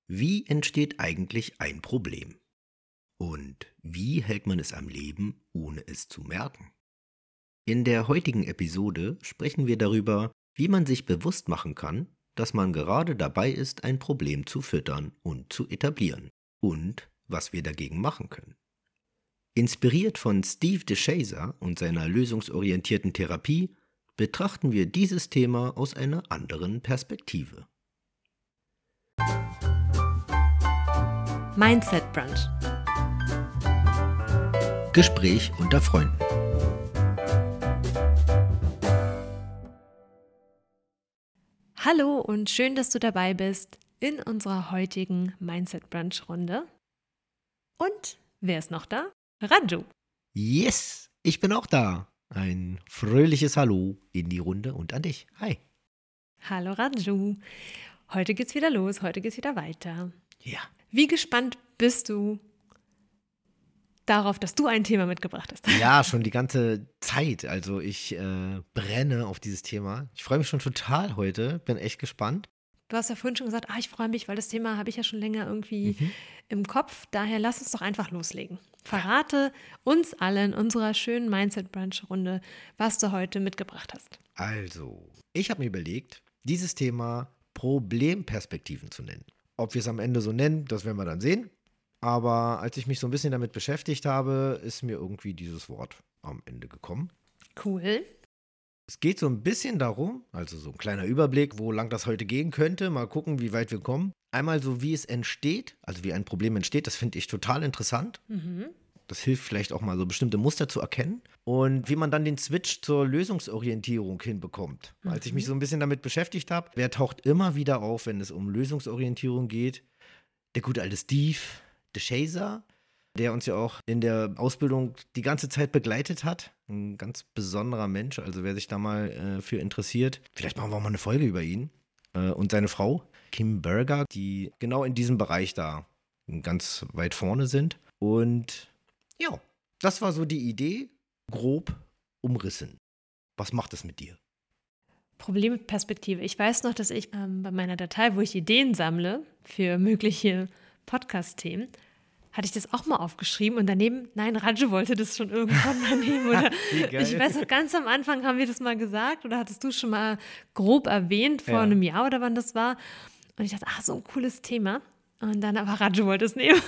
Wie entsteht eigentlich ein Problem? Und wie hält man es am Leben, ohne es zu merken? In der heutigen Episode sprechen wir darüber, wie man sich bewusst machen kann, dass man gerade dabei ist, ein Problem zu füttern und zu etablieren und was wir dagegen machen können. Inspiriert von Steve DeShazer und seiner lösungsorientierten Therapie betrachten wir dieses Thema aus einer anderen Perspektive. Mindset Brunch. Gespräch unter Freunden. Hallo und schön, dass du dabei bist in unserer heutigen Mindset Brunch Runde. Und wer ist noch da? Raju. Yes, ich bin auch da. Ein fröhliches Hallo in die Runde und an dich. Hi. Hallo Raju. Heute geht's wieder los, heute geht's wieder weiter. Ja. Wie gespannt bist du darauf, dass du ein Thema mitgebracht hast? Ja, schon die ganze Zeit. Also ich brenne auf dieses Thema. Ich freue mich schon total heute. Bin echt gespannt. Du hast ja vorhin schon gesagt, ich freue mich, weil das Thema habe ich ja schon länger irgendwie im Kopf. Daher lass uns doch einfach loslegen. Verrate uns allen in unserer schönen Mindset Brunch Runde, was du heute mitgebracht hast. Also, ich habe mir überlegt, dieses Thema Problemperspektiven zu nennen. Ob wir es am Ende so nennen, das werden wir dann sehen. Aber als ich mich so ein bisschen damit beschäftigt habe, ist mir irgendwie dieses Wort am Ende gekommen. Cool. Es geht so ein bisschen darum, also so ein kleiner Überblick, wo lang das heute gehen könnte. Mal gucken, wie weit wir kommen. Einmal so, wie es entsteht, also wie ein Problem entsteht, das finde ich total interessant. Das hilft vielleicht auch mal so bestimmte Muster zu erkennen. Und wie man dann den Switch zur Lösungsorientierung hinbekommt. Als ich mich so ein bisschen damit beschäftigt habe, wer taucht immer wieder auf, wenn es um Lösungsorientierung geht? Der gute alte Steve DeShazer, der uns ja auch in der Ausbildung die ganze Zeit begleitet hat. Ein ganz besonderer Mensch, also wer sich da mal für interessiert. Vielleicht machen wir auch mal eine Folge über ihn. Und seine Frau, Kim Berger, die genau in diesem Bereich da ganz weit vorne sind. Und ja, das war so die Idee, grob umrissen. Was macht es mit dir? Problemperspektive. Ich weiß noch, dass ich bei meiner Datei, wo ich Ideen sammle für mögliche Podcast-Themen, hatte ich das auch mal aufgeschrieben und daneben, nein, Raju wollte das schon irgendwann mal nehmen. Oder Wie geil. ich weiß noch, ganz am Anfang haben wir das mal gesagt oder hattest du schon mal grob erwähnt, vor einem Jahr oder wann das war. Und ich dachte, so ein cooles Thema. Und dann aber Raju wollte es nehmen.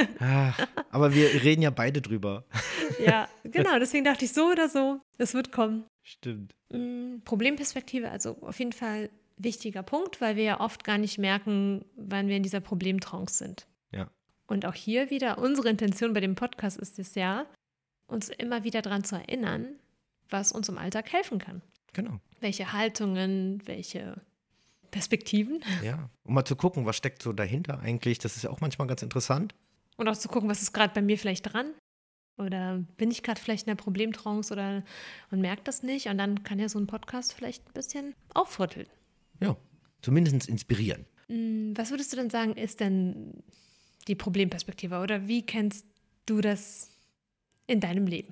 Aber wir reden ja beide drüber. Ja, genau, deswegen dachte ich, so oder so, es wird kommen. Stimmt. Problemperspektive, also auf jeden Fall wichtiger Punkt, weil wir ja oft gar nicht merken, wann wir in dieser Problemtrance sind. Ja. Und auch hier wieder, unsere Intention bei dem Podcast ist es ja, uns immer wieder daran zu erinnern, was uns im Alltag helfen kann. Genau. Welche Haltungen, welche Perspektiven. Ja, um mal zu gucken, was steckt so dahinter eigentlich. Das ist ja auch manchmal ganz interessant. Und auch zu gucken, was ist gerade bei mir vielleicht dran. Oder bin ich gerade vielleicht in der Problemtrance und merke das nicht. Und dann kann ja so ein Podcast vielleicht ein bisschen aufrütteln. Ja, zumindest inspirieren. Was würdest du denn sagen, ist denn die Problemperspektive? Oder wie kennst du das in deinem Leben?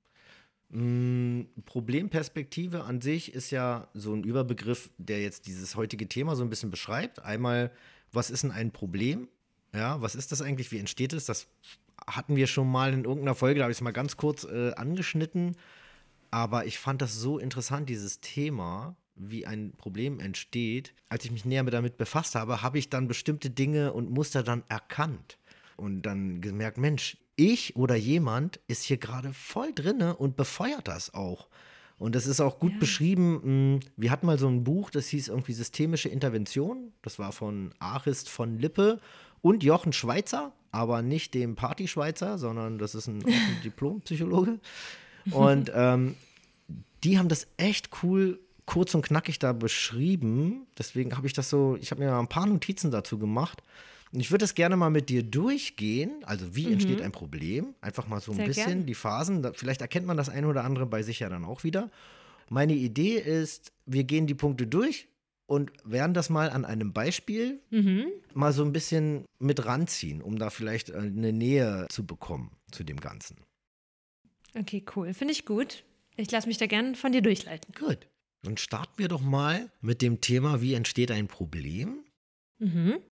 Problemperspektive an sich ist ja so ein Überbegriff, der jetzt dieses heutige Thema so ein bisschen beschreibt. Einmal, was ist denn ein Problem? Ja, was ist das eigentlich? Wie entsteht es? Das hatten wir schon mal in irgendeiner Folge, da habe ich es mal ganz kurz angeschnitten. Aber ich fand das so interessant, dieses Thema, wie ein Problem entsteht. Als ich mich näher damit befasst habe, habe ich dann bestimmte Dinge und Muster dann erkannt. Und dann gemerkt, Mensch, ich oder jemand ist hier gerade voll drinne und befeuert das auch. Und das ist auch gut beschrieben. Wir hatten mal so ein Buch, das hieß irgendwie Systemische Intervention. Das war von Arist von Lippe und Jochen Schweizer, aber nicht dem Party-Schweizer, sondern das ist ein Diplompsychologe. Und die haben das echt cool, kurz und knackig da beschrieben. Deswegen habe ich mir ein paar Notizen dazu gemacht. Und ich würde das gerne mal mit dir durchgehen. Also wie entsteht ein Problem? Einfach mal so ein bisschen gern. die Phasen. Vielleicht erkennt man das eine oder andere bei sich ja dann auch wieder. Meine Idee ist, wir gehen die Punkte durch und werden das mal an einem Beispiel mal so ein bisschen mit ranziehen, um da vielleicht eine Nähe zu bekommen zu dem Ganzen. Okay, cool. Finde ich gut. Ich lasse mich da gerne von dir durchleiten. Gut. Dann starten wir doch mal mit dem Thema, wie entsteht ein Problem?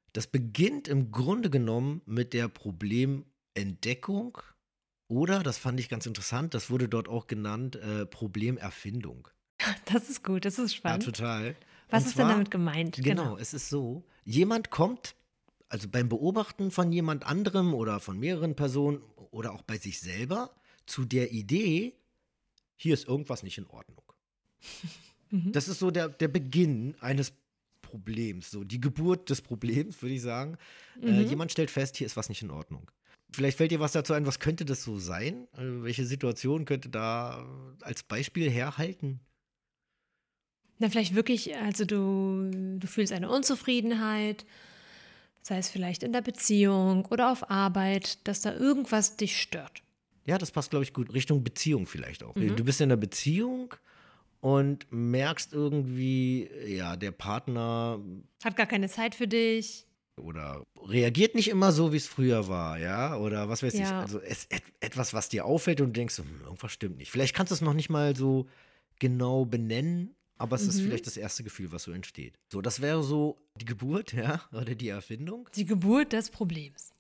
Das beginnt im Grunde genommen mit der Problementdeckung oder, das fand ich ganz interessant, das wurde dort auch genannt, Problemerfindung. Das ist gut, das ist Ja, spannend. total. Was Und ist denn zwar, damit gemeint? Genau. genau, es ist so, jemand kommt, also beim Beobachten von jemand anderem oder von mehreren Personen oder auch bei sich selber, zu der Idee, hier ist irgendwas nicht in Ordnung. Mhm. Das ist so der Beginn eines Problems, so die Geburt des Problems, würde ich sagen. Mhm. Jemand stellt fest, hier ist was nicht in Ordnung. Vielleicht fällt dir was dazu ein, was könnte das so sein? Welche Situation könnte da als Beispiel herhalten? Na, vielleicht wirklich, also du fühlst eine Unzufriedenheit, sei es vielleicht in der Beziehung oder auf Arbeit, dass da irgendwas dich stört. Ja, das passt, glaube ich, gut. Richtung Beziehung vielleicht auch. Mhm. Du bist in einer Beziehung und merkst irgendwie, ja, der Partner Hat gar keine Zeit für dich. oder reagiert nicht immer so, wie es früher war, ja, oder was weiß ich. Ja. Also etwas, was dir auffällt und du denkst, so, irgendwas stimmt nicht. Vielleicht kannst du es noch nicht mal so genau benennen, aber es ist Mhm. vielleicht das erste Gefühl, was so entsteht. So, das wäre so die Geburt, ja, oder die Erfindung. Die Geburt des Problems.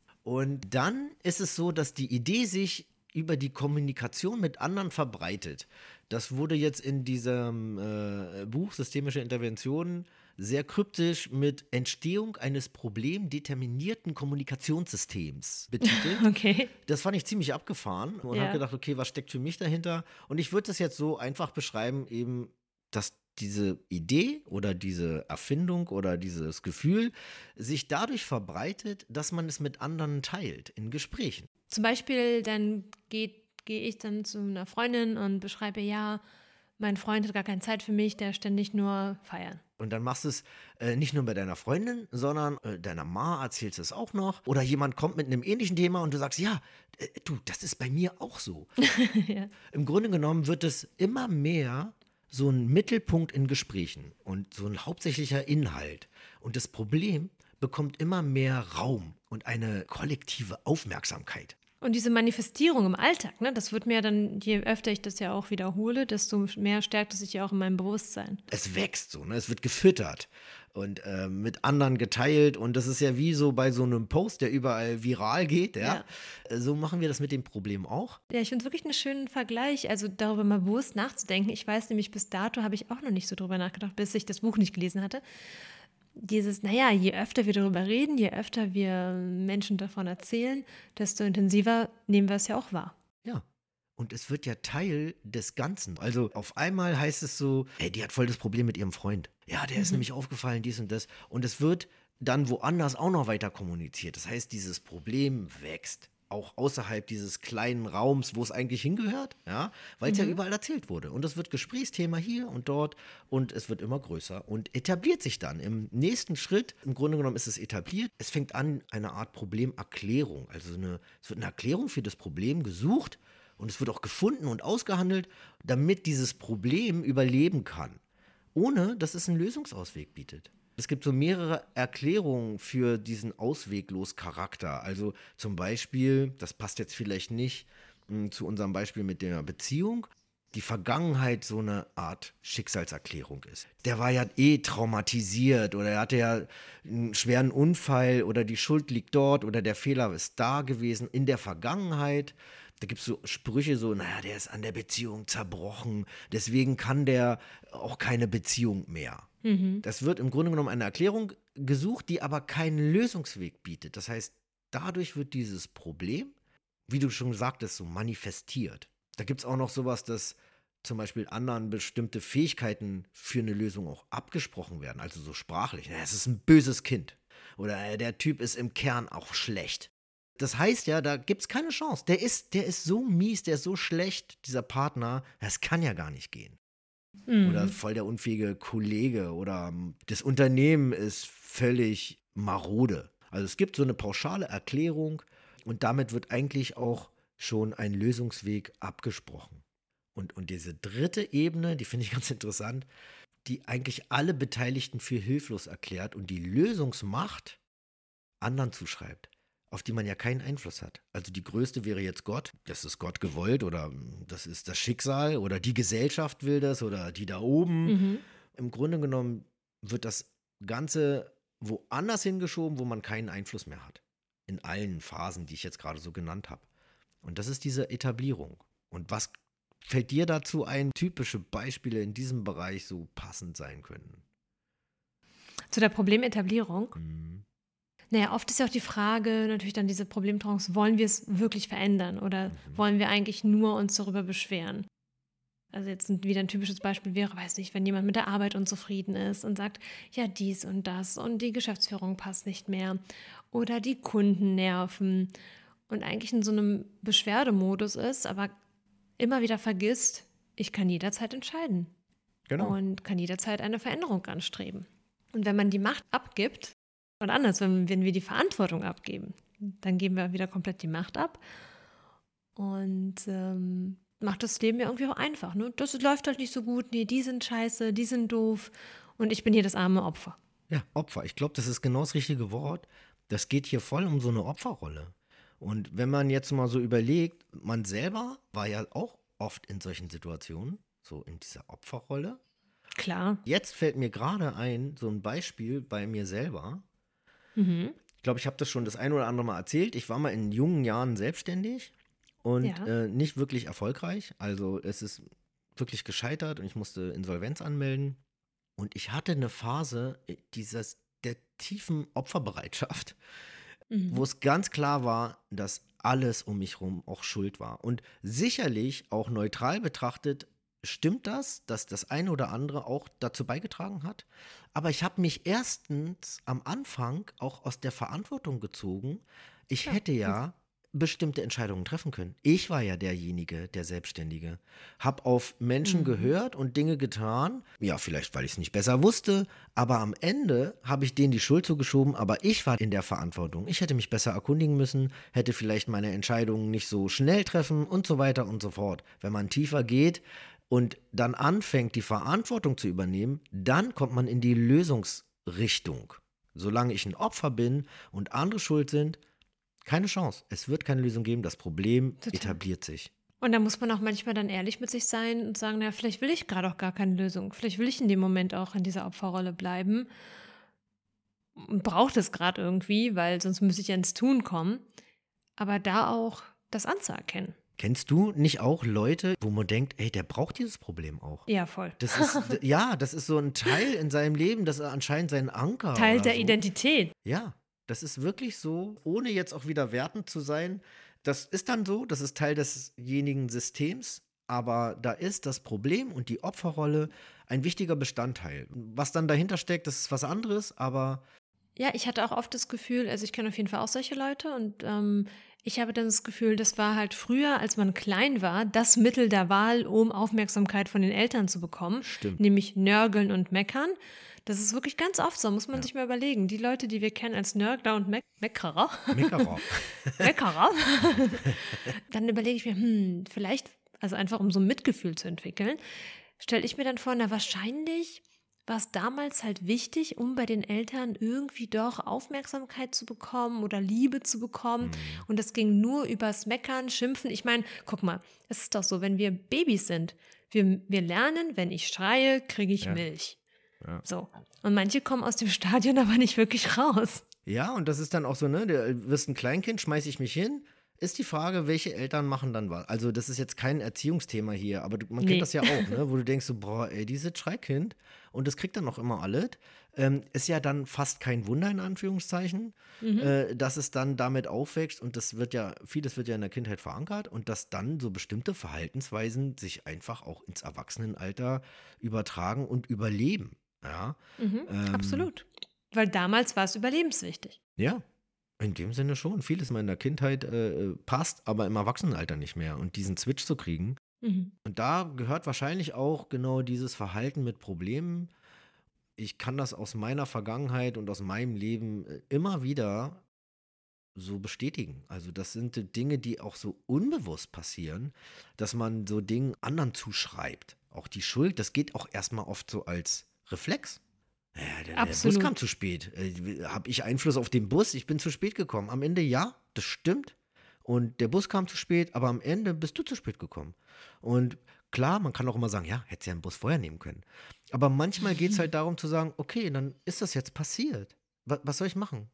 Und dann ist es so, dass die Idee sich über die Kommunikation mit anderen verbreitet. Das wurde jetzt in diesem Buch Systemische Interventionen sehr kryptisch mit Entstehung eines problemdeterminierten Kommunikationssystems betitelt. Okay. Das fand ich ziemlich abgefahren und habe Ja. gedacht, okay, was steckt für mich dahinter? Und ich würde das jetzt so einfach beschreiben, eben, dass diese Idee oder diese Erfindung oder dieses Gefühl sich dadurch verbreitet, dass man es mit anderen teilt in Gesprächen. Zum Beispiel, dann gehe ich dann zu einer Freundin und beschreibe, ja, mein Freund hat gar keine Zeit für mich, der ständig nur feiern. Und dann machst du es nicht nur bei deiner Freundin, sondern deiner Ma erzählst du es auch noch. Oder jemand kommt mit einem ähnlichen Thema und du sagst, ja, du, das ist bei mir auch so. Ja. Im Grunde genommen wird es immer mehr so ein Mittelpunkt in Gesprächen und so ein hauptsächlicher Inhalt. Und das Problem bekommt immer mehr Raum und eine kollektive Aufmerksamkeit. Und diese Manifestierung im Alltag, ne, das wird mir dann, je öfter ich das ja auch wiederhole, desto mehr stärkt es sich ja auch in meinem Bewusstsein. Es wächst so, ne? Es wird gefüttert und mit anderen geteilt. Und das ist ja wie so bei so einem Post, der überall viral geht. Ja? So machen wir das mit dem Problem auch. Ja, ich finde es wirklich einen schönen Vergleich, also darüber mal bewusst nachzudenken. Ich weiß nämlich, bis dato habe ich auch noch nicht so drüber nachgedacht, bis ich das Buch nicht gelesen hatte. Dieses, naja, je öfter wir darüber reden, je öfter wir Menschen davon erzählen, desto intensiver nehmen wir es ja auch wahr. Ja. Und es wird ja Teil des Ganzen. Also auf einmal heißt es so, ey, die hat voll das Problem mit ihrem Freund. Ja, der ist nämlich aufgefallen, dies und das. Und es wird dann woanders auch noch weiter kommuniziert. Das heißt, dieses Problem wächst. Auch außerhalb dieses kleinen Raums, wo es eigentlich hingehört, ja, weil es ja überall erzählt wurde. Und es wird Gesprächsthema hier und dort und es wird immer größer und etabliert sich dann. Im nächsten Schritt, im Grunde genommen ist es etabliert, es fängt an, eine Art Problemerklärung. Also es wird eine Erklärung für das Problem gesucht und es wird auch gefunden und ausgehandelt, damit dieses Problem überleben kann, ohne dass es einen Lösungsausweg bietet. Es gibt so mehrere Erklärungen für diesen Ausweglos-Charakter. Also zum Beispiel, das passt jetzt vielleicht nicht zu unserem Beispiel mit der Beziehung, die Vergangenheit so eine Art Schicksalserklärung ist. Der war ja eh traumatisiert oder er hatte ja einen schweren Unfall oder die Schuld liegt dort oder der Fehler ist da gewesen in der Vergangenheit. Da gibt es so Sprüche so, naja, der ist an der Beziehung zerbrochen, deswegen kann der auch keine Beziehung mehr. Das wird im Grunde genommen eine Erklärung gesucht, die aber keinen Lösungsweg bietet. Das heißt, dadurch wird dieses Problem, wie du schon sagtest, so manifestiert. Da gibt es auch noch sowas, dass zum Beispiel anderen bestimmte Fähigkeiten für eine Lösung auch abgesprochen werden, also so sprachlich. Ja, es ist ein böses Kind oder der Typ ist im Kern auch schlecht. Das heißt ja, da gibt es keine Chance. Der ist so mies, der ist so schlecht, dieser Partner, das kann ja gar nicht gehen. Oder voll der unfähige Kollege oder das Unternehmen ist völlig marode. Also es gibt so eine pauschale Erklärung und damit wird eigentlich auch schon ein Lösungsweg abgesprochen. Und diese dritte Ebene, die finde ich ganz interessant, die eigentlich alle Beteiligten für hilflos erklärt und die Lösungsmacht anderen zuschreibt, auf die man ja keinen Einfluss hat. Also die größte wäre jetzt Gott, das ist Gott gewollt oder das ist das Schicksal oder die Gesellschaft will das oder die da oben. Im Grunde genommen wird das Ganze woanders hingeschoben, wo man keinen Einfluss mehr hat. In allen Phasen, die ich jetzt gerade so genannt habe. Und das ist diese Etablierung. Und was fällt dir dazu ein, typische Beispiele in diesem Bereich so passend sein können? Zu der Problemetablierung. Naja, oft ist ja auch die Frage, natürlich dann diese Problemtrance, wollen wir es wirklich verändern oder wollen wir eigentlich nur uns darüber beschweren? Also jetzt wieder ein typisches Beispiel wäre, weiß nicht, wenn jemand mit der Arbeit unzufrieden ist und sagt, ja, dies und das und die Geschäftsführung passt nicht mehr oder die Kunden nerven und eigentlich in so einem Beschwerdemodus ist, aber immer wieder vergisst, ich kann jederzeit entscheiden und kann jederzeit eine Veränderung anstreben. Und wenn man die Macht abgibt, oder anders, wenn wir die Verantwortung abgeben, dann geben wir wieder komplett die Macht ab und macht das Leben ja irgendwie auch einfach. Ne? Das läuft halt nicht so gut, nee, die sind scheiße, die sind doof und ich bin hier das arme Opfer. Ja, Opfer. Ich glaube, das ist genau das richtige Wort. Das geht hier voll um so eine Opferrolle. Und wenn man jetzt mal so überlegt, man selber war ja auch oft in solchen Situationen, so in dieser Opferrolle. Klar. Jetzt fällt mir gerade ein, so ein Beispiel bei mir selber. Ich glaube, ich habe das schon das ein oder andere Mal erzählt. Ich war mal in jungen Jahren selbstständig und nicht wirklich erfolgreich. Also es ist wirklich gescheitert und ich musste Insolvenz anmelden. Und ich hatte eine Phase der tiefen Opferbereitschaft, wo es ganz klar war, dass alles um mich herum auch schuld war. Und sicherlich auch neutral betrachtet, stimmt das, dass das eine oder andere auch dazu beigetragen hat. Aber ich habe mich erstens am Anfang auch aus der Verantwortung gezogen. Ich hätte ja bestimmte Entscheidungen treffen können. Ich war ja derjenige, der Selbstständige. Hab auf Menschen gehört und Dinge getan. Ja, vielleicht, weil ich es nicht besser wusste. Aber am Ende habe ich denen die Schuld zugeschoben. Aber ich war in der Verantwortung. Ich hätte mich besser erkundigen müssen, hätte vielleicht meine Entscheidungen nicht so schnell treffen und so weiter und so fort. Wenn man tiefer geht und dann anfängt, die Verantwortung zu übernehmen, dann kommt man in die Lösungsrichtung. Solange ich ein Opfer bin und andere schuld sind, keine Chance. Es wird keine Lösung geben. Das Problem etabliert sich. Und da muss man auch manchmal dann ehrlich mit sich sein und sagen, naja, vielleicht will ich gerade auch gar keine Lösung. Vielleicht will ich in dem Moment auch in dieser Opferrolle bleiben und brauche das gerade irgendwie, weil sonst müsste ich ja ins Tun kommen. Aber da auch das anzuerkennen. Kennst du nicht auch Leute, wo man denkt, ey, der braucht dieses Problem auch? Ja, voll. Das ist so ein Teil in seinem Leben, das ist anscheinend sein Anker. Teil oder der so. Identität. Ja, das ist wirklich so, ohne jetzt auch wieder wertend zu sein. Das ist dann so, das ist Teil desjenigen Systems, aber da ist das Problem und die Opferrolle ein wichtiger Bestandteil. Was dann dahinter steckt, das ist was anderes, aber ja, ich hatte auch oft das Gefühl, also ich kenne auf jeden Fall auch solche Leute und ich habe dann das Gefühl, das war halt früher, als man klein war, das Mittel der Wahl, um Aufmerksamkeit von den Eltern zu bekommen. Stimmt. Nämlich nörgeln und meckern. Das ist wirklich ganz oft so, muss man sich mal überlegen. Die Leute, die wir kennen als Nörgler und Meckerer, dann überlege ich mir, vielleicht, also einfach um so ein Mitgefühl zu entwickeln, stelle ich mir dann vor, na wahrscheinlich war es damals halt wichtig, um bei den Eltern irgendwie doch Aufmerksamkeit zu bekommen oder Liebe zu bekommen. Und das ging nur übers Meckern, Schimpfen. Ich meine, guck mal, es ist doch so, wenn wir Babys sind, wir lernen, wenn ich schreie, kriege ich Milch. Ja. So. Und manche kommen aus dem Stadion aber nicht wirklich raus. Ja, und das ist dann auch so, ne, du wirst ein Kleinkind, schmeiße ich mich hin. Ist die Frage, welche Eltern machen dann was? Also das ist jetzt kein Erziehungsthema hier, aber man kennt das ja auch, ne? Wo du denkst so, boah, ey, dieses Schreikind und das kriegt dann auch immer alles. Ist ja dann fast kein Wunder in Anführungszeichen, dass es dann damit aufwächst und vieles wird ja in der Kindheit verankert und dass dann so bestimmte Verhaltensweisen sich einfach auch ins Erwachsenenalter übertragen und überleben. Ja? Absolut. Weil damals war es überlebenswichtig. Ja. In dem Sinne schon. Vieles mal in der Kindheit passt, aber im Erwachsenenalter nicht mehr. Und diesen Switch zu kriegen. Und da gehört wahrscheinlich auch genau dieses Verhalten mit Problemen. Ich kann das aus meiner Vergangenheit und aus meinem Leben immer wieder so bestätigen. Also das sind Dinge, die auch so unbewusst passieren, dass man so Dingen anderen zuschreibt. Auch die Schuld, das geht auch erstmal oft so als Reflex. Ja, der Bus kam zu spät. Habe ich Einfluss auf den Bus? Ich bin zu spät gekommen. Am Ende ja, das stimmt. Und der Bus kam zu spät, aber am Ende bist du zu spät gekommen. Und klar, man kann auch immer sagen, ja, hättest ja einen Bus vorher nehmen können. Aber manchmal geht es halt darum zu sagen, okay, dann ist das jetzt passiert. Was soll ich machen?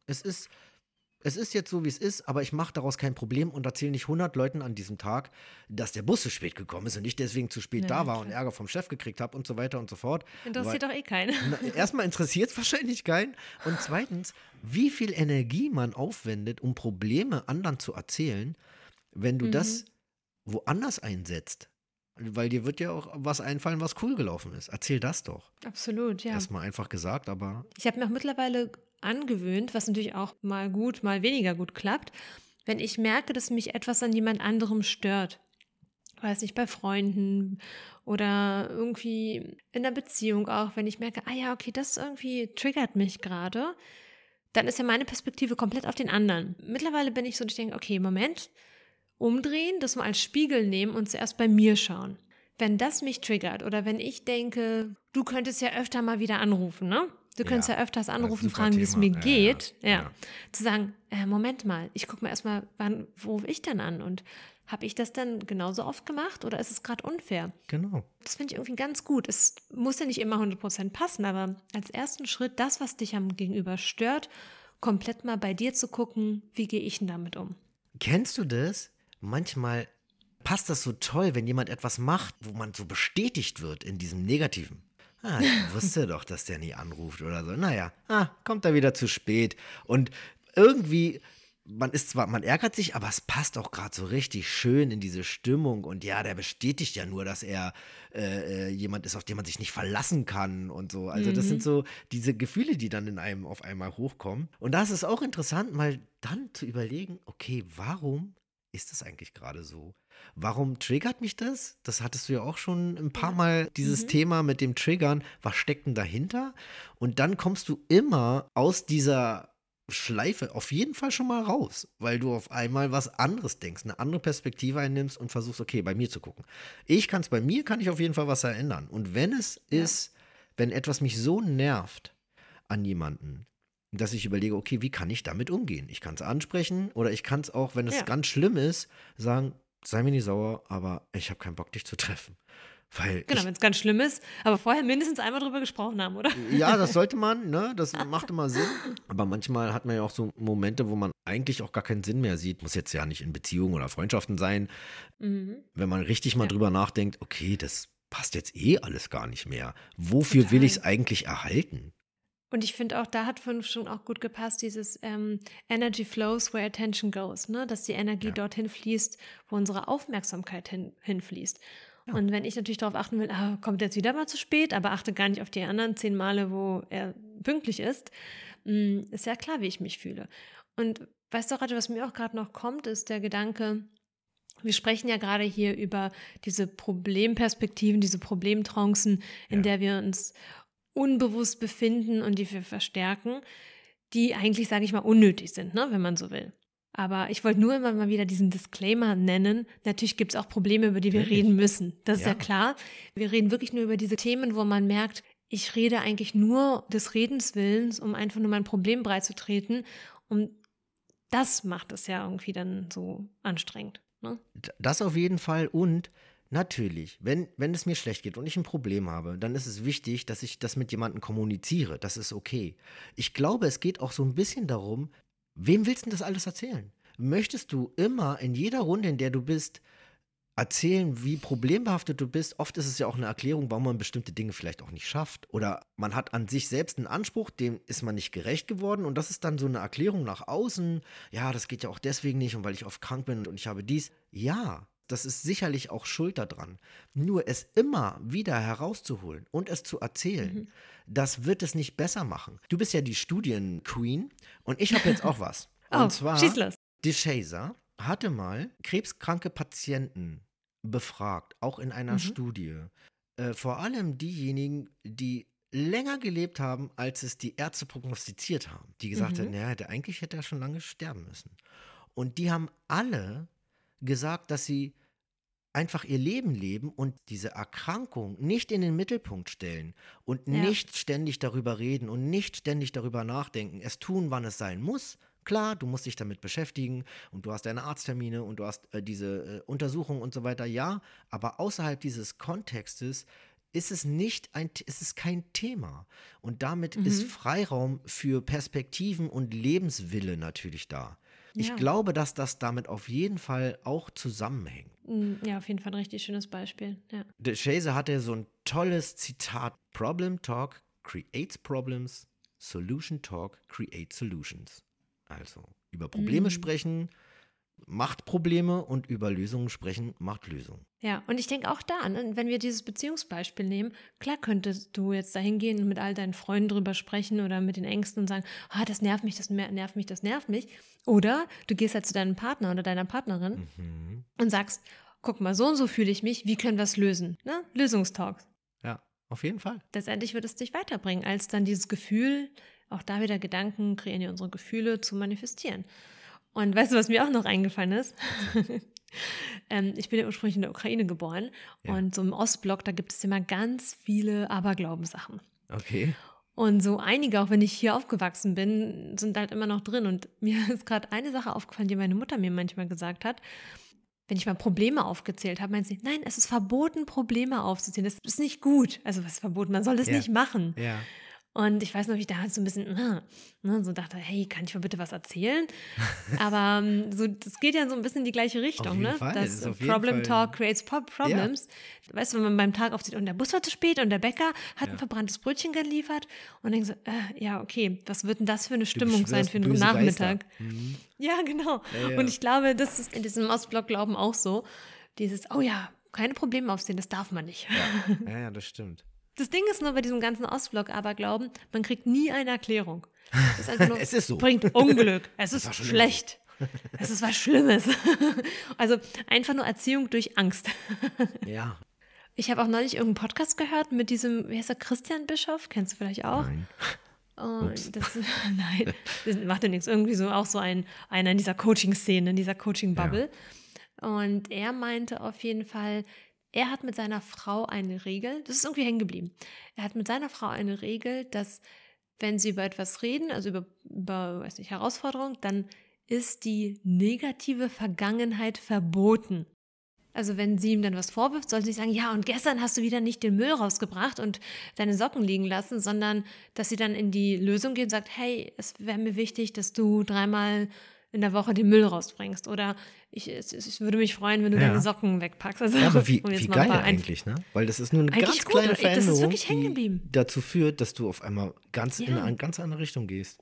Es ist jetzt so, wie es ist, aber ich mache daraus kein Problem und erzähle nicht 100 Leuten an diesem Tag, dass der Bus zu spät gekommen ist und ich deswegen zu spät da Ja, war und klar. Ärger vom Chef gekriegt habe und so weiter und so fort. Weil Interessiert doch eh keinen. erstmal interessiert es wahrscheinlich keinen und zweitens, wie viel Energie man aufwendet, um Probleme anderen zu erzählen, wenn du das woanders einsetzt. Weil dir wird ja auch was einfallen, was cool gelaufen ist. Erzähl das doch. Absolut, ja. Erstmal einfach gesagt, aber Ich habe mir auch mittlerweile angewöhnt, was natürlich auch mal gut, mal weniger gut klappt, wenn ich merke, dass mich etwas an jemand anderem stört. Weiß nicht, bei Freunden oder irgendwie in der Beziehung auch, wenn ich merke, ah ja, okay, das irgendwie triggert mich gerade, dann ist ja meine Perspektive komplett auf den anderen. Mittlerweile bin ich so, dass ich denke, okay, Moment, umdrehen, das mal als Spiegel nehmen und zuerst bei mir schauen. Wenn das mich triggert oder wenn ich denke, du könntest ja öfter mal wieder anrufen, ne? Du könntest ja, ja öfters anrufen, super fragen, wie es Thema. mir Ja, geht. ja, Ja. ja. Zu sagen, Moment mal, ich gucke mal erstmal, wann, wo rufe ich denn an? Und habe ich das dann genauso oft gemacht oder ist es gerade unfair? Genau. Das finde ich irgendwie ganz gut. Es muss ja nicht immer 100% passen, aber als ersten Schritt, das, was dich am Gegenüber stört, komplett mal bei dir zu gucken, wie gehe ich denn damit um? Kennst du das? Manchmal passt das so toll, wenn jemand etwas macht, wo man so bestätigt wird in diesem Negativen. Ah, ich wusste doch, dass der nie anruft oder so. Naja, kommt er wieder zu spät. Und irgendwie, man ärgert sich, aber es passt auch gerade so richtig schön in diese Stimmung. Und ja, der bestätigt ja nur, dass er jemand ist, auf den man sich nicht verlassen kann und so. Also das sind so diese Gefühle, die dann in einem auf einmal hochkommen. Und da ist es auch interessant, mal dann zu überlegen, okay, warum ist das eigentlich gerade so? Warum triggert mich das? Das hattest du ja auch schon ein paar Ja. Mal, dieses Thema mit dem Triggern. Was steckt denn dahinter? Und dann kommst du immer aus dieser Schleife auf jeden Fall schon mal raus, weil du auf einmal was anderes denkst, eine andere Perspektive einnimmst und versuchst, okay, bei mir zu gucken. Bei mir kann ich auf jeden Fall was verändern. Und wenn es Ja. ist, wenn etwas mich so nervt an jemanden, dass ich überlege, okay, wie kann ich damit umgehen? Ich kann es ansprechen oder ich kann es auch, wenn es Ja. ganz schlimm ist, sagen, sei mir nicht sauer, aber ich habe keinen Bock, dich zu treffen. Weil Genau, wenn es ganz schlimm ist, aber vorher mindestens einmal drüber gesprochen haben, oder? ja, das sollte man, ne? Das macht immer Sinn. Aber manchmal hat man ja auch so Momente, wo man eigentlich auch gar keinen Sinn mehr sieht. Muss jetzt ja nicht in Beziehungen oder Freundschaften sein. Wenn man richtig mal Ja. drüber nachdenkt, okay, das passt jetzt eh alles gar nicht mehr. Wofür will ich es Total. eigentlich erhalten? Und ich finde auch, da hat vorhin schon auch gut gepasst, dieses Energy flows where attention goes, ne? Dass die Energie Ja. dorthin fließt, wo unsere Aufmerksamkeit hinfließt. Ja. Und wenn ich natürlich darauf achten will, kommt jetzt wieder mal zu spät, aber achte gar nicht auf die anderen 10 Male, wo er pünktlich ist, ist ja klar, wie ich mich fühle. Und weißt du, Rate, was mir auch gerade noch kommt, ist der Gedanke, wir sprechen ja gerade hier über diese Problemperspektiven, diese Problemtrancen, in Ja. der wir uns unbewusst befinden und die wir verstärken, die eigentlich, sage ich mal, unnötig sind, ne, wenn man so will. Aber ich wollte nur immer mal wieder diesen Disclaimer nennen. Natürlich gibt es auch Probleme, über die wir Natürlich. reden müssen. Das ist ja Ja. klar. Wir reden wirklich nur über diese Themen, wo man merkt, ich rede eigentlich nur des Redens Willens, um einfach nur mein Problem breitzutreten. Und das macht es ja irgendwie dann so anstrengend. Ne? Das auf jeden Fall und natürlich, wenn es mir schlecht geht und ich ein Problem habe, dann ist es wichtig, dass ich das mit jemandem kommuniziere. Das ist okay. Ich glaube, es geht auch so ein bisschen darum, wem willst du denn das alles erzählen? Möchtest du immer in jeder Runde, in der du bist, erzählen, wie problembehaftet du bist? Oft ist es ja auch eine Erklärung, warum man bestimmte Dinge vielleicht auch nicht schafft. Oder man hat an sich selbst einen Anspruch, dem ist man nicht gerecht geworden. Und das ist dann so eine Erklärung nach außen. Ja, das geht ja auch deswegen nicht und weil ich oft krank bin und ich habe dies. Ja, das ist sicherlich auch Schuld daran. Nur es immer wieder herauszuholen und es zu erzählen, das wird es nicht besser machen. Du bist ja die Studienqueen und ich habe jetzt auch was. Und Oh, zwar, schieß los. DeShazer hatte mal krebskranke Patienten befragt, auch in einer Studie. Vor allem diejenigen, die länger gelebt haben, als es die Ärzte prognostiziert haben. Die gesagt haben, naja, eigentlich hätte er schon lange sterben müssen. Und die haben alle gesagt, dass sie einfach ihr Leben leben und diese Erkrankung nicht in den Mittelpunkt stellen und Ja. nicht ständig darüber reden und nicht ständig darüber nachdenken. Es tun, wann es sein muss. Klar, du musst dich damit beschäftigen und du hast deine Arzttermine und du hast diese Untersuchungen und so weiter, ja, aber außerhalb dieses Kontextes ist es kein Thema. Und damit ist Freiraum für Perspektiven und Lebenswille natürlich da. Ich Ja. glaube, dass das damit auf jeden Fall auch zusammenhängt. Ja, auf jeden Fall ein richtig schönes Beispiel. Ja. Der Shazer hatte so ein tolles Zitat: Problem Talk creates problems, Solution Talk creates solutions. Also über Probleme sprechen macht Probleme und über Lösungen sprechen macht Lösungen. Ja, und ich denke auch da, ne, wenn wir dieses Beziehungsbeispiel nehmen, klar könntest du jetzt dahin gehen und mit all deinen Freunden drüber sprechen oder mit den Ängsten und sagen, das nervt mich, das nervt mich, das nervt mich. Oder du gehst halt zu deinem Partner oder deiner Partnerin und sagst, guck mal, so und so fühle ich mich, wie können wir es lösen? Ne? Lösungstalks. Ja, auf jeden Fall. Letztendlich wird es dich weiterbringen, als dann dieses Gefühl, auch da wieder Gedanken kreieren ja unsere Gefühle, zu manifestieren. Und weißt du, was mir auch noch eingefallen ist? Ich bin ja ursprünglich in der Ukraine geboren und so im Ostblock, da gibt es immer ganz viele Aberglaubenssachen. Okay. Und so einige, auch wenn ich hier aufgewachsen bin, sind halt immer noch drin. Und mir ist gerade eine Sache aufgefallen, die meine Mutter mir manchmal gesagt hat. Wenn ich mal Probleme aufgezählt habe, meint sie, nein, es ist verboten, Probleme aufzuzählen. Das ist nicht gut. Also was ist verboten? Man soll das nicht machen. Ja. Und ich weiß noch, wie ich da halt so ein bisschen so dachte, hey, kann ich mal bitte was erzählen? Aber so, das geht ja so ein bisschen in die gleiche Richtung. Auf jeden Ne? Fall. Das Das ist auf jeden Problem Fall- Talk creates Problems. Weißt du, wenn man beim Tag aufzieht und der Bus war zu spät und der Bäcker hat ein verbranntes Brötchen geliefert und denkt so, ja, okay, was wird denn das für eine Stimmung sein beschwörst für einen böse Nachmittag? Geister. Ja, genau. Ja. Und ich glaube, das ist in diesem Ostblock-Glauben auch so. Dieses, oh ja, keine Probleme aufsehen, das darf man nicht. Ja, das stimmt. Das Ding ist nur bei diesem ganzen Ostblock-Aberglauben, man kriegt nie eine Erklärung. Es ist einfach nur, Es ist so. bringt Unglück, es ist war schon schlecht, es ist was Schlimmes. Also einfach nur Erziehung durch Angst. Ja. Ich habe auch neulich irgendeinen Podcast gehört mit diesem, wie heißt er, Christian Bischof, kennst du vielleicht auch? Nein. Oh, nein, das macht ja nichts. Irgendwie so auch so einer in dieser Coaching-Szene, in dieser Coaching-Bubble. Und er meinte auf jeden Fall, er hat mit seiner Frau eine Regel, das ist irgendwie hängen geblieben. Er hat mit seiner Frau eine Regel, dass wenn sie über etwas reden, also über weiß nicht, Herausforderungen, dann ist die negative Vergangenheit verboten. Also wenn sie ihm dann was vorwirft, soll sie nicht sagen, ja, und gestern hast du wieder nicht den Müll rausgebracht und deine Socken liegen lassen, sondern dass sie dann in die Lösung geht und sagt, hey, es wäre mir wichtig, dass du 3-mal in der Woche den Müll rausbringst. Oder ich würde mich freuen, wenn du deine Socken wegpackst. Also, Ja, aber wie um jetzt mal geil ein paar eigentlich, ne? Weil das ist nur eine Eigentlich ganz gut, kleine das ist Veränderung, wirklich hängen die geblieben. dazu führt, dass du auf einmal in Ja. eine ganz andere Richtung gehst.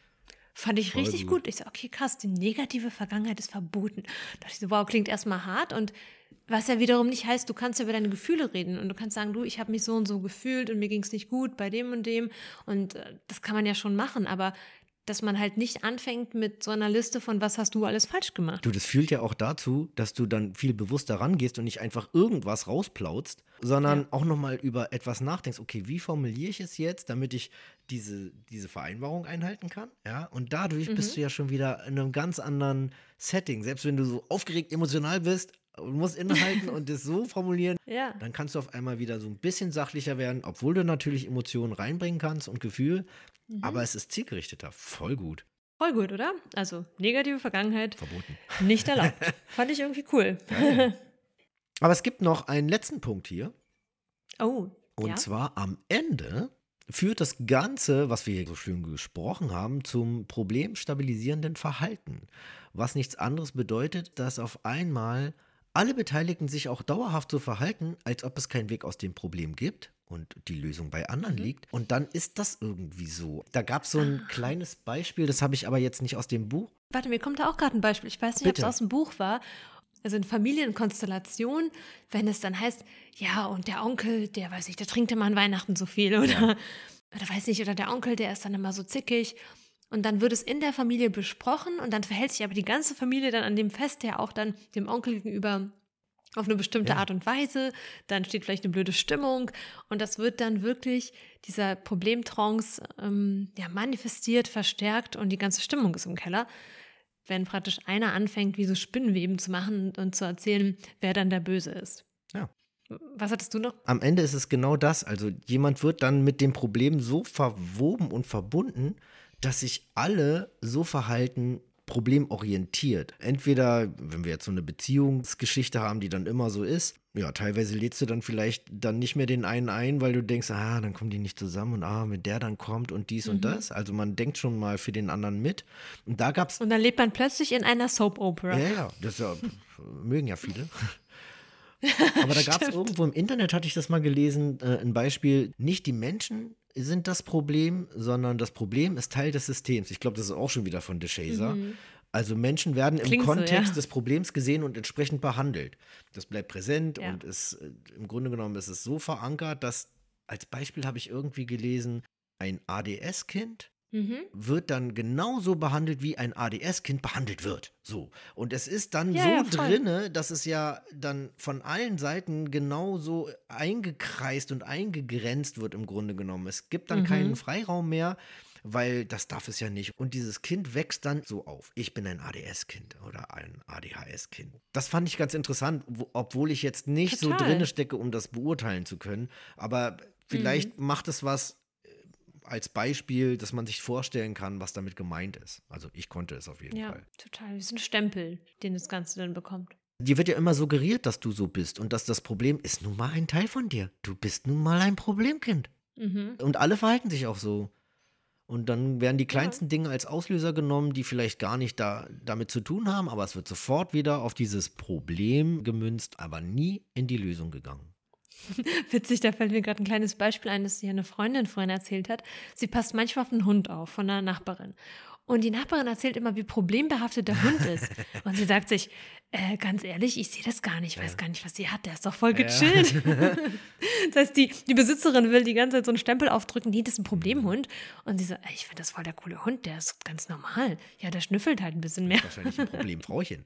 Fand ich Voll richtig gut. gut. Ich so, okay, krass, die negative Vergangenheit ist verboten. Da dachte ich so, wow, klingt erstmal hart. Und was ja wiederum nicht heißt, du kannst ja über deine Gefühle reden. Und du kannst sagen, du, ich habe mich so und so gefühlt und mir ging es nicht gut bei dem und dem. Und das kann man ja schon machen. Aber dass man halt nicht anfängt mit so einer Liste von, was hast du alles falsch gemacht. Du, das führt ja auch dazu, dass du dann viel bewusster rangehst und nicht einfach irgendwas rausplautzt, sondern auch nochmal über etwas nachdenkst. Okay, wie formuliere ich es jetzt, damit ich diese Vereinbarung einhalten kann? Ja, und dadurch bist du ja schon wieder in einem ganz anderen Setting. Selbst wenn du so aufgeregt emotional bist und musst innehalten und das so formulieren, Ja. dann kannst du auf einmal wieder so ein bisschen sachlicher werden, obwohl du natürlich Emotionen reinbringen kannst und Gefühl, aber es ist zielgerichteter. Voll gut. Voll gut, oder? Also negative Vergangenheit Verboten. nicht erlaubt. Fand ich irgendwie cool. Aber es gibt noch einen letzten Punkt hier. Oh, Und ja? zwar am Ende führt das Ganze, was wir hier so schön gesprochen haben, zum problemstabilisierenden Verhalten. Was nichts anderes bedeutet, dass auf einmal alle Beteiligten sich auch dauerhaft so verhalten, als ob es keinen Weg aus dem Problem gibt und die Lösung bei anderen liegt. Und dann ist das irgendwie so. Da gab es so ein kleines Beispiel, das habe ich aber jetzt nicht aus dem Buch. Warte, mir kommt da auch gerade ein Beispiel. Ich weiß nicht, ob es Bitte. aus dem Buch war. Also in Familienkonstellationen, wenn es dann heißt, ja, und der Onkel, der weiß nicht, der trinkt immer an Weihnachten so viel oder weiß nicht, oder der Onkel, der ist dann immer so zickig. Und dann wird es in der Familie besprochen und dann verhält sich aber die ganze Familie dann an dem Fest ja auch dann dem Onkel gegenüber auf eine bestimmte Art und Weise. Dann steht vielleicht eine blöde Stimmung und das wird dann wirklich, dieser Problemtrance manifestiert, verstärkt und die ganze Stimmung ist im Keller. Wenn praktisch einer anfängt, wie so Spinnenweben zu machen und zu erzählen, wer dann der Böse ist. Ja. Was hattest du noch? Am Ende ist es genau das. Also jemand wird dann mit dem Problem so verwoben und verbunden, dass sich alle so verhalten, problemorientiert. Entweder, wenn wir jetzt so eine Beziehungsgeschichte haben, die dann immer so ist, ja, teilweise lädst du dann vielleicht dann nicht mehr den einen ein, weil du denkst, dann kommen die nicht zusammen und wenn der dann kommt und dies und das. Also man denkt schon mal für den anderen mit. Und da gab's. Und dann lebt man plötzlich in einer Soap-Opera. Ja, das mögen ja viele. Aber da gab es irgendwo im Internet, hatte ich das mal gelesen, ein Beispiel, nicht die Menschen sind das Problem, sondern das Problem ist Teil des Systems. Ich glaube, das ist auch schon wieder von DeShazer. Also Menschen werden im Kontext des Problems gesehen und entsprechend behandelt. Das bleibt präsent und ist im Grunde genommen ist es so verankert, dass, als Beispiel habe ich irgendwie gelesen, ein ADS-Kind wird dann genauso behandelt, wie ein ADS-Kind behandelt wird. So. Und es ist dann drinne, dass es ja dann von allen Seiten genauso eingekreist und eingegrenzt wird im Grunde genommen. Es gibt dann keinen Freiraum mehr, weil das darf es ja nicht. Und dieses Kind wächst dann so auf. Ich bin ein ADS-Kind oder ein ADHS-Kind. Das fand ich ganz interessant, obwohl ich jetzt nicht so drinne stecke, um das beurteilen zu können. Aber vielleicht macht es was als Beispiel, dass man sich vorstellen kann, was damit gemeint ist. Also ich konnte es auf jeden Fall. Ja, total. Wie so ein Stempel, den das Ganze dann bekommt. Dir wird ja immer suggeriert, dass du so bist und dass das Problem ist nun mal ein Teil von dir. Du bist nun mal ein Problemkind. Und alle verhalten sich auch so. Und dann werden die kleinsten Dinge als Auslöser genommen, die vielleicht gar nicht damit zu tun haben, aber es wird sofort wieder auf dieses Problem gemünzt, aber nie in die Lösung gegangen. Witzig, da fällt mir gerade ein kleines Beispiel ein, das sie eine Freundin vorhin erzählt hat. Sie passt manchmal auf einen Hund auf von einer Nachbarin. Und die Nachbarin erzählt immer, wie problembehaftet der Hund ist. Und sie sagt sich, ganz ehrlich, ich sehe das gar nicht, weiß gar nicht, was sie hat. Der ist doch voll gechillt. Das heißt, die Besitzerin will die ganze Zeit so einen Stempel aufdrücken, nee, das ist ein Problemhund. Und sie so, ich finde das voll der coole Hund, der ist ganz normal. Ja, der schnüffelt halt ein bisschen mehr. Das ist wahrscheinlich ein Problemfrauchen.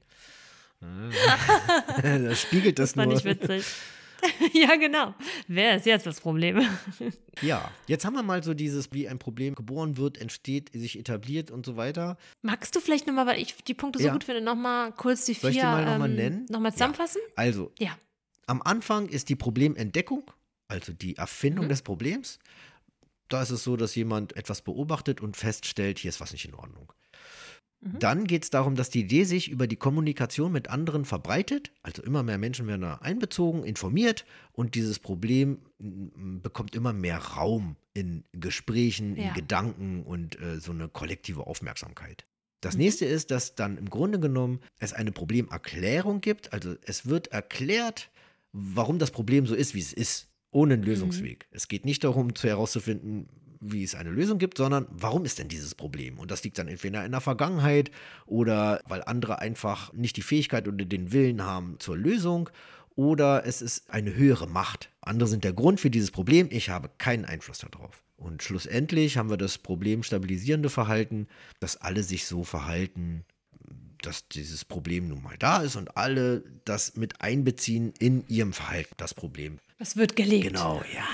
Das spiegelt das nur. Das fand ich witzig. Ja, genau. Wer ist jetzt das Problem? Ja, jetzt haben wir mal so dieses, wie ein Problem geboren wird, entsteht, sich etabliert und so weiter. Magst du vielleicht nochmal, weil ich die Punkte so gut finde, nochmal kurz die 4 Soll ich die mal nochmal nennen? Nochmal zusammenfassen? Ja. Also, am Anfang ist die Problementdeckung, also die Erfindung des Problems. Da ist es so, dass jemand etwas beobachtet und feststellt, hier ist was nicht in Ordnung. Dann geht es darum, dass die Idee sich über die Kommunikation mit anderen verbreitet. Also immer mehr Menschen werden da einbezogen, informiert und dieses Problem bekommt immer mehr Raum in Gesprächen, in Gedanken und so eine kollektive Aufmerksamkeit. Das nächste ist, dass dann im Grunde genommen es eine Problemerklärung gibt. Also es wird erklärt, warum das Problem so ist, wie es ist, ohne einen Lösungsweg. Es geht nicht darum, herauszufinden, wie es eine Lösung gibt, sondern warum ist denn dieses Problem? Und das liegt dann entweder in der Vergangenheit oder weil andere einfach nicht die Fähigkeit oder den Willen haben zur Lösung oder es ist eine höhere Macht. Andere sind der Grund für dieses Problem, ich habe keinen Einfluss darauf. Und schlussendlich haben wir das problemstabilisierende Verhalten, dass alle sich so verhalten, dass dieses Problem nun mal da ist und alle das mit einbeziehen in ihrem Verhalten, das Problem. Das wird gelebt. Genau, ja.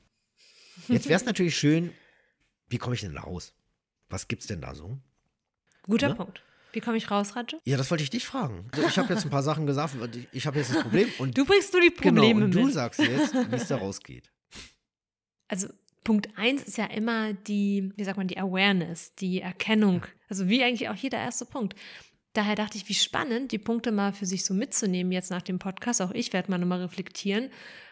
Jetzt wäre es natürlich schön, wie komme ich denn da raus? Was gibt's denn da so? Guter Punkt. Wie komme ich raus, Radjo? Ja, das wollte ich dich fragen. Also ich habe jetzt ein paar Sachen gesagt, ich habe jetzt das Problem. Und du bringst nur die Probleme und du mit. sagst jetzt, wie es da rausgeht. Also Punkt 1 ist ja immer die Awareness, die Erkennung. Also wie eigentlich auch hier der erste Punkt. Daher dachte ich, wie spannend, die Punkte mal für sich so mitzunehmen jetzt nach dem Podcast. Auch ich werde mal nochmal reflektieren,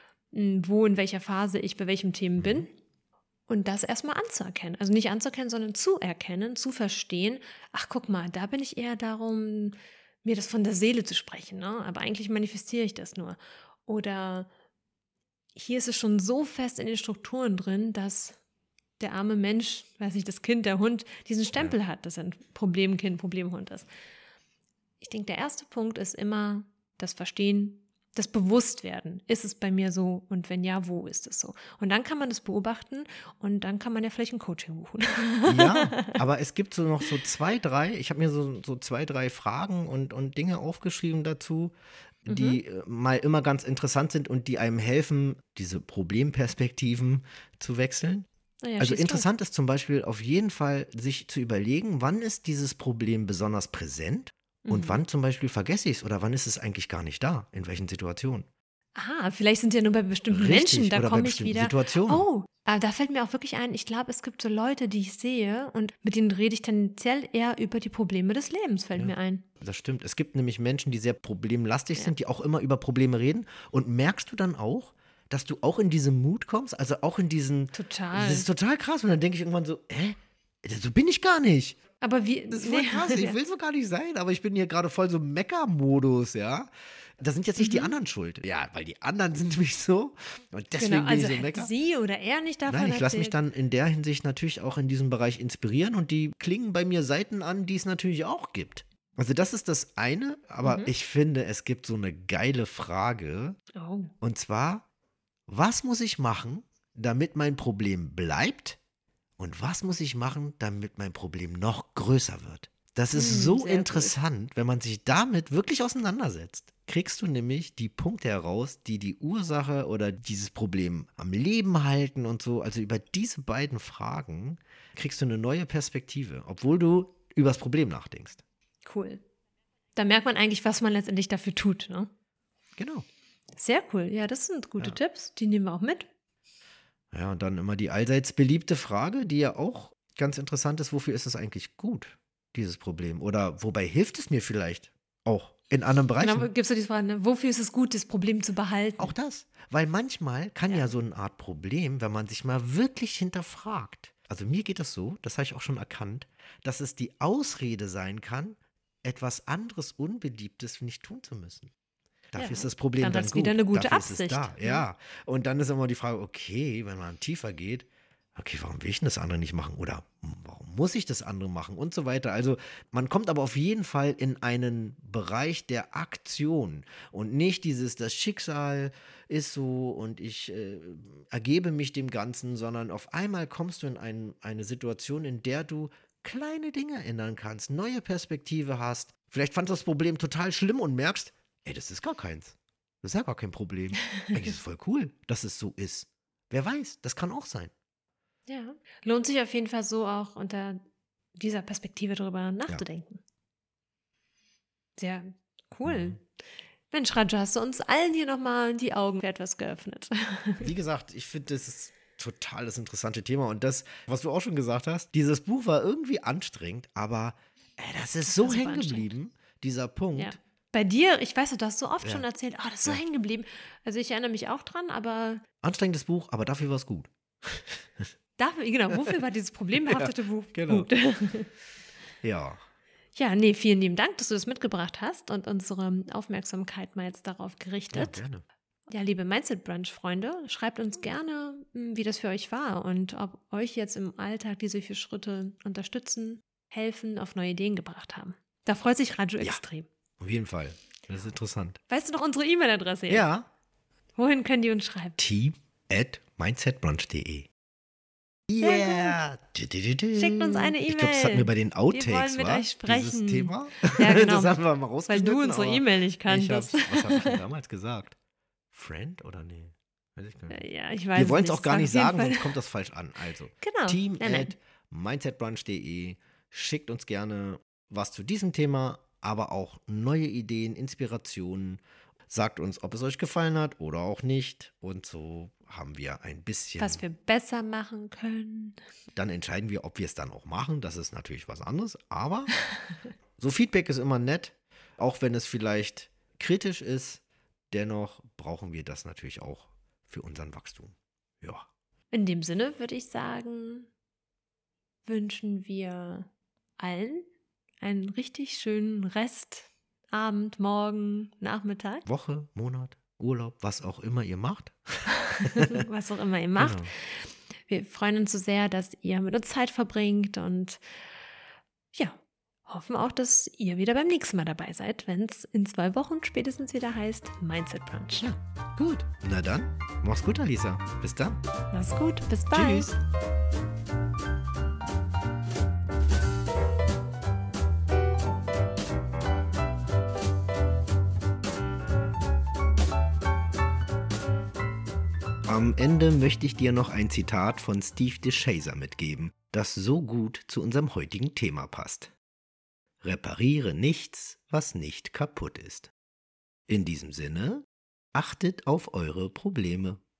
wo, in welcher Phase ich bei welchem Themen bin. Und das erstmal anzuerkennen. Also nicht anzuerkennen, sondern zu erkennen, zu verstehen. Ach, guck mal, da bin ich eher darum, mir das von der Seele zu sprechen. Ne? Aber eigentlich manifestiere ich das nur. Oder hier ist es schon so fest in den Strukturen drin, dass der arme Mensch, weiß nicht, das Kind, der Hund, diesen Stempel hat, dass er ein Problemkind, Problemhund ist. Ich denke, der erste Punkt ist immer das Verstehen, das Bewusstwerden. Ist es bei mir so? Und wenn ja, wo ist es so? Und dann kann man das beobachten und dann kann man ja vielleicht ein Coaching buchen. Ja, aber es gibt so noch so 2, 3, ich habe mir so 2, 3 Fragen und Dinge aufgeschrieben dazu, die mal immer ganz interessant sind und die einem helfen, diese Problemperspektiven zu wechseln. Ja, also interessant ist zum Beispiel auf jeden Fall, sich zu überlegen, wann ist dieses Problem besonders präsent? Und wann zum Beispiel vergesse ich es oder wann ist es eigentlich gar nicht da? In welchen Situationen? Vielleicht sind ja nur bei bestimmten Richtig, Menschen, da oder bei komme ich bestimmten wieder. Situationen. Oh, da fällt mir auch wirklich ein, ich glaube, es gibt so Leute, die ich sehe und mit denen rede ich tendenziell eher über die Probleme des Lebens, fällt mir ein. Das stimmt. Es gibt nämlich Menschen, die sehr problemlastig Ja. sind, die auch immer über Probleme reden. Und merkst du dann auch, dass du auch in diesen Mut kommst? Also auch in diesen. Total. Das ist total krass. Und dann denke ich irgendwann so, so bin ich gar nicht. Aber wie. Das ist voll krass. Ich will so gar nicht sein, aber ich bin hier gerade voll so im Mecker-Modus, ja. Das sind jetzt nicht die anderen schuld. Ja, weil die anderen sind nämlich so. Und deswegen Genau, bin also ich so hätte Mecker. sie oder er nicht davon Nein, ich lasse mich erzählt. dann in der Hinsicht natürlich auch in diesem Bereich inspirieren und die klingen bei mir Seiten an, die es natürlich auch gibt. Also das ist das eine, aber ich finde, es gibt so eine geile Frage Oh. und zwar, was muss ich machen, damit mein Problem bleibt und was muss ich machen, damit mein Problem noch größer wird? Das ist so sehr gut. interessant, wenn man sich damit wirklich auseinandersetzt. Kriegst du nämlich die Punkte heraus, die die Ursache oder dieses Problem am Leben halten und so. Also über diese beiden Fragen kriegst du eine neue Perspektive, obwohl du über das Problem nachdenkst. Cool. Da merkt man eigentlich, was man letztendlich dafür tut, ne? Genau. Sehr cool. Ja, das sind gute Tipps. Die nehmen wir auch mit. Ja, und dann immer die allseits beliebte Frage, die ja auch ganz interessant ist, wofür ist es eigentlich gut, dieses Problem? Oder wobei hilft es mir vielleicht auch in anderen Bereichen? Genau, gibst du die Frage, ne? Wofür ist es gut, das Problem zu behalten? Auch das. Weil manchmal kann ja so eine Art Problem, wenn man sich mal wirklich hinterfragt. Also mir geht das so, das habe ich auch schon erkannt, dass es die Ausrede sein kann, etwas anderes Unbeliebtes nicht tun zu müssen. Dafür Ja, ist das Problem dann dann hat's gut. wieder eine gute Dafür ist es Absicht, da. ne? Ja. Und dann ist immer die Frage, okay, wenn man tiefer geht, okay, warum will ich denn das andere nicht machen? Oder warum muss ich das andere machen? Und so weiter. Also man kommt aber auf jeden Fall in einen Bereich der Aktion und nicht dieses, das Schicksal ist so und ich ergebe mich dem Ganzen, sondern auf einmal kommst du in eine Situation, in der du kleine Dinge ändern kannst, neue Perspektive hast. Vielleicht fandst du das Problem total schlimm und merkst, ey, das ist gar keins. Das ist ja gar kein Problem. Eigentlich ist es voll cool, dass es so ist. Wer weiß, das kann auch sein. Ja. Lohnt sich auf jeden Fall so auch unter dieser Perspektive drüber nachzudenken. Sehr cool. Mensch, Raja, hast du uns allen hier nochmal die Augen für etwas geöffnet. Wie gesagt, ich finde, das ist total das interessante Thema. Und das, was du auch schon gesagt hast, dieses Buch war irgendwie anstrengend, aber das ist so war super hängen geblieben, dieser Punkt. Ja. Bei dir, ich weiß, du hast so oft schon erzählt, das ist so hängen geblieben. Also ich erinnere mich auch dran, aber Anstrengendes Buch, aber dafür war es gut. dafür, genau, wofür war dieses problembehaftete Buch genau. gut? Ja. Ja, nee, vielen lieben Dank, dass du das mitgebracht hast und unsere Aufmerksamkeit mal jetzt darauf Ja, gerichtet. gerne. Ja, liebe Mindset Brunch-Freunde, schreibt uns gerne, wie das für euch war und ob euch jetzt im Alltag diese 4 Schritte unterstützen, helfen, auf neue Ideen gebracht haben. Da freut sich Raju extrem. Auf jeden Fall. Das ist interessant. Weißt du noch unsere E-Mail-Adresse jetzt? Ja. Wohin können die uns schreiben? team@mindsetbrunch.de. Sehr Yeah! Schickt uns eine Ich glaube, das hatten wir bei den Wir Outtakes, wollen mit wa? euch sprechen. Dieses Thema. Ja, genau. Das haben wir mal Weil rausgeschnitten. du unsere aber E-Mail nicht kanntest. was habe ich denn damals gesagt? Friend oder nee? Weiß ich gar nicht. Ja, ich weiß Wir wollen es nicht. auch gar nicht Auf jeden sagen, Fall- sonst kommt das falsch an. Also, Genau. Nein. team@mindsetbrunch.de. Schickt uns gerne was zu diesem Thema, aber auch neue Ideen, Inspirationen. Sagt uns, ob es euch gefallen hat oder auch nicht. Und so haben wir ein bisschen. Was wir besser machen können. Dann entscheiden wir, ob wir es dann auch machen. Das ist natürlich was anderes. Aber so Feedback ist immer nett, auch wenn es vielleicht kritisch ist. Dennoch brauchen wir das natürlich auch für unseren Wachstum. Ja. In dem Sinne würde ich sagen, wünschen wir allen einen richtig schönen Restabend, Morgen, Nachmittag, Woche, Monat, Urlaub, was auch immer ihr macht. was auch immer ihr macht. Genau. Wir freuen uns so sehr, dass ihr mit uns Zeit verbringt und ja, hoffen auch, dass ihr wieder beim nächsten Mal dabei seid, wenn es in 2 Wochen spätestens wieder heißt Mindset Brunch. Ja, gut. Na dann, mach's gut, Alisa. Bis dann. Mach's gut, bis bald. Tschüss. Am Ende möchte ich dir noch ein Zitat von Steve DeShazer mitgeben, das so gut zu unserem heutigen Thema passt. Repariere nichts, was nicht kaputt ist. In diesem Sinne, Achtet auf eure Probleme.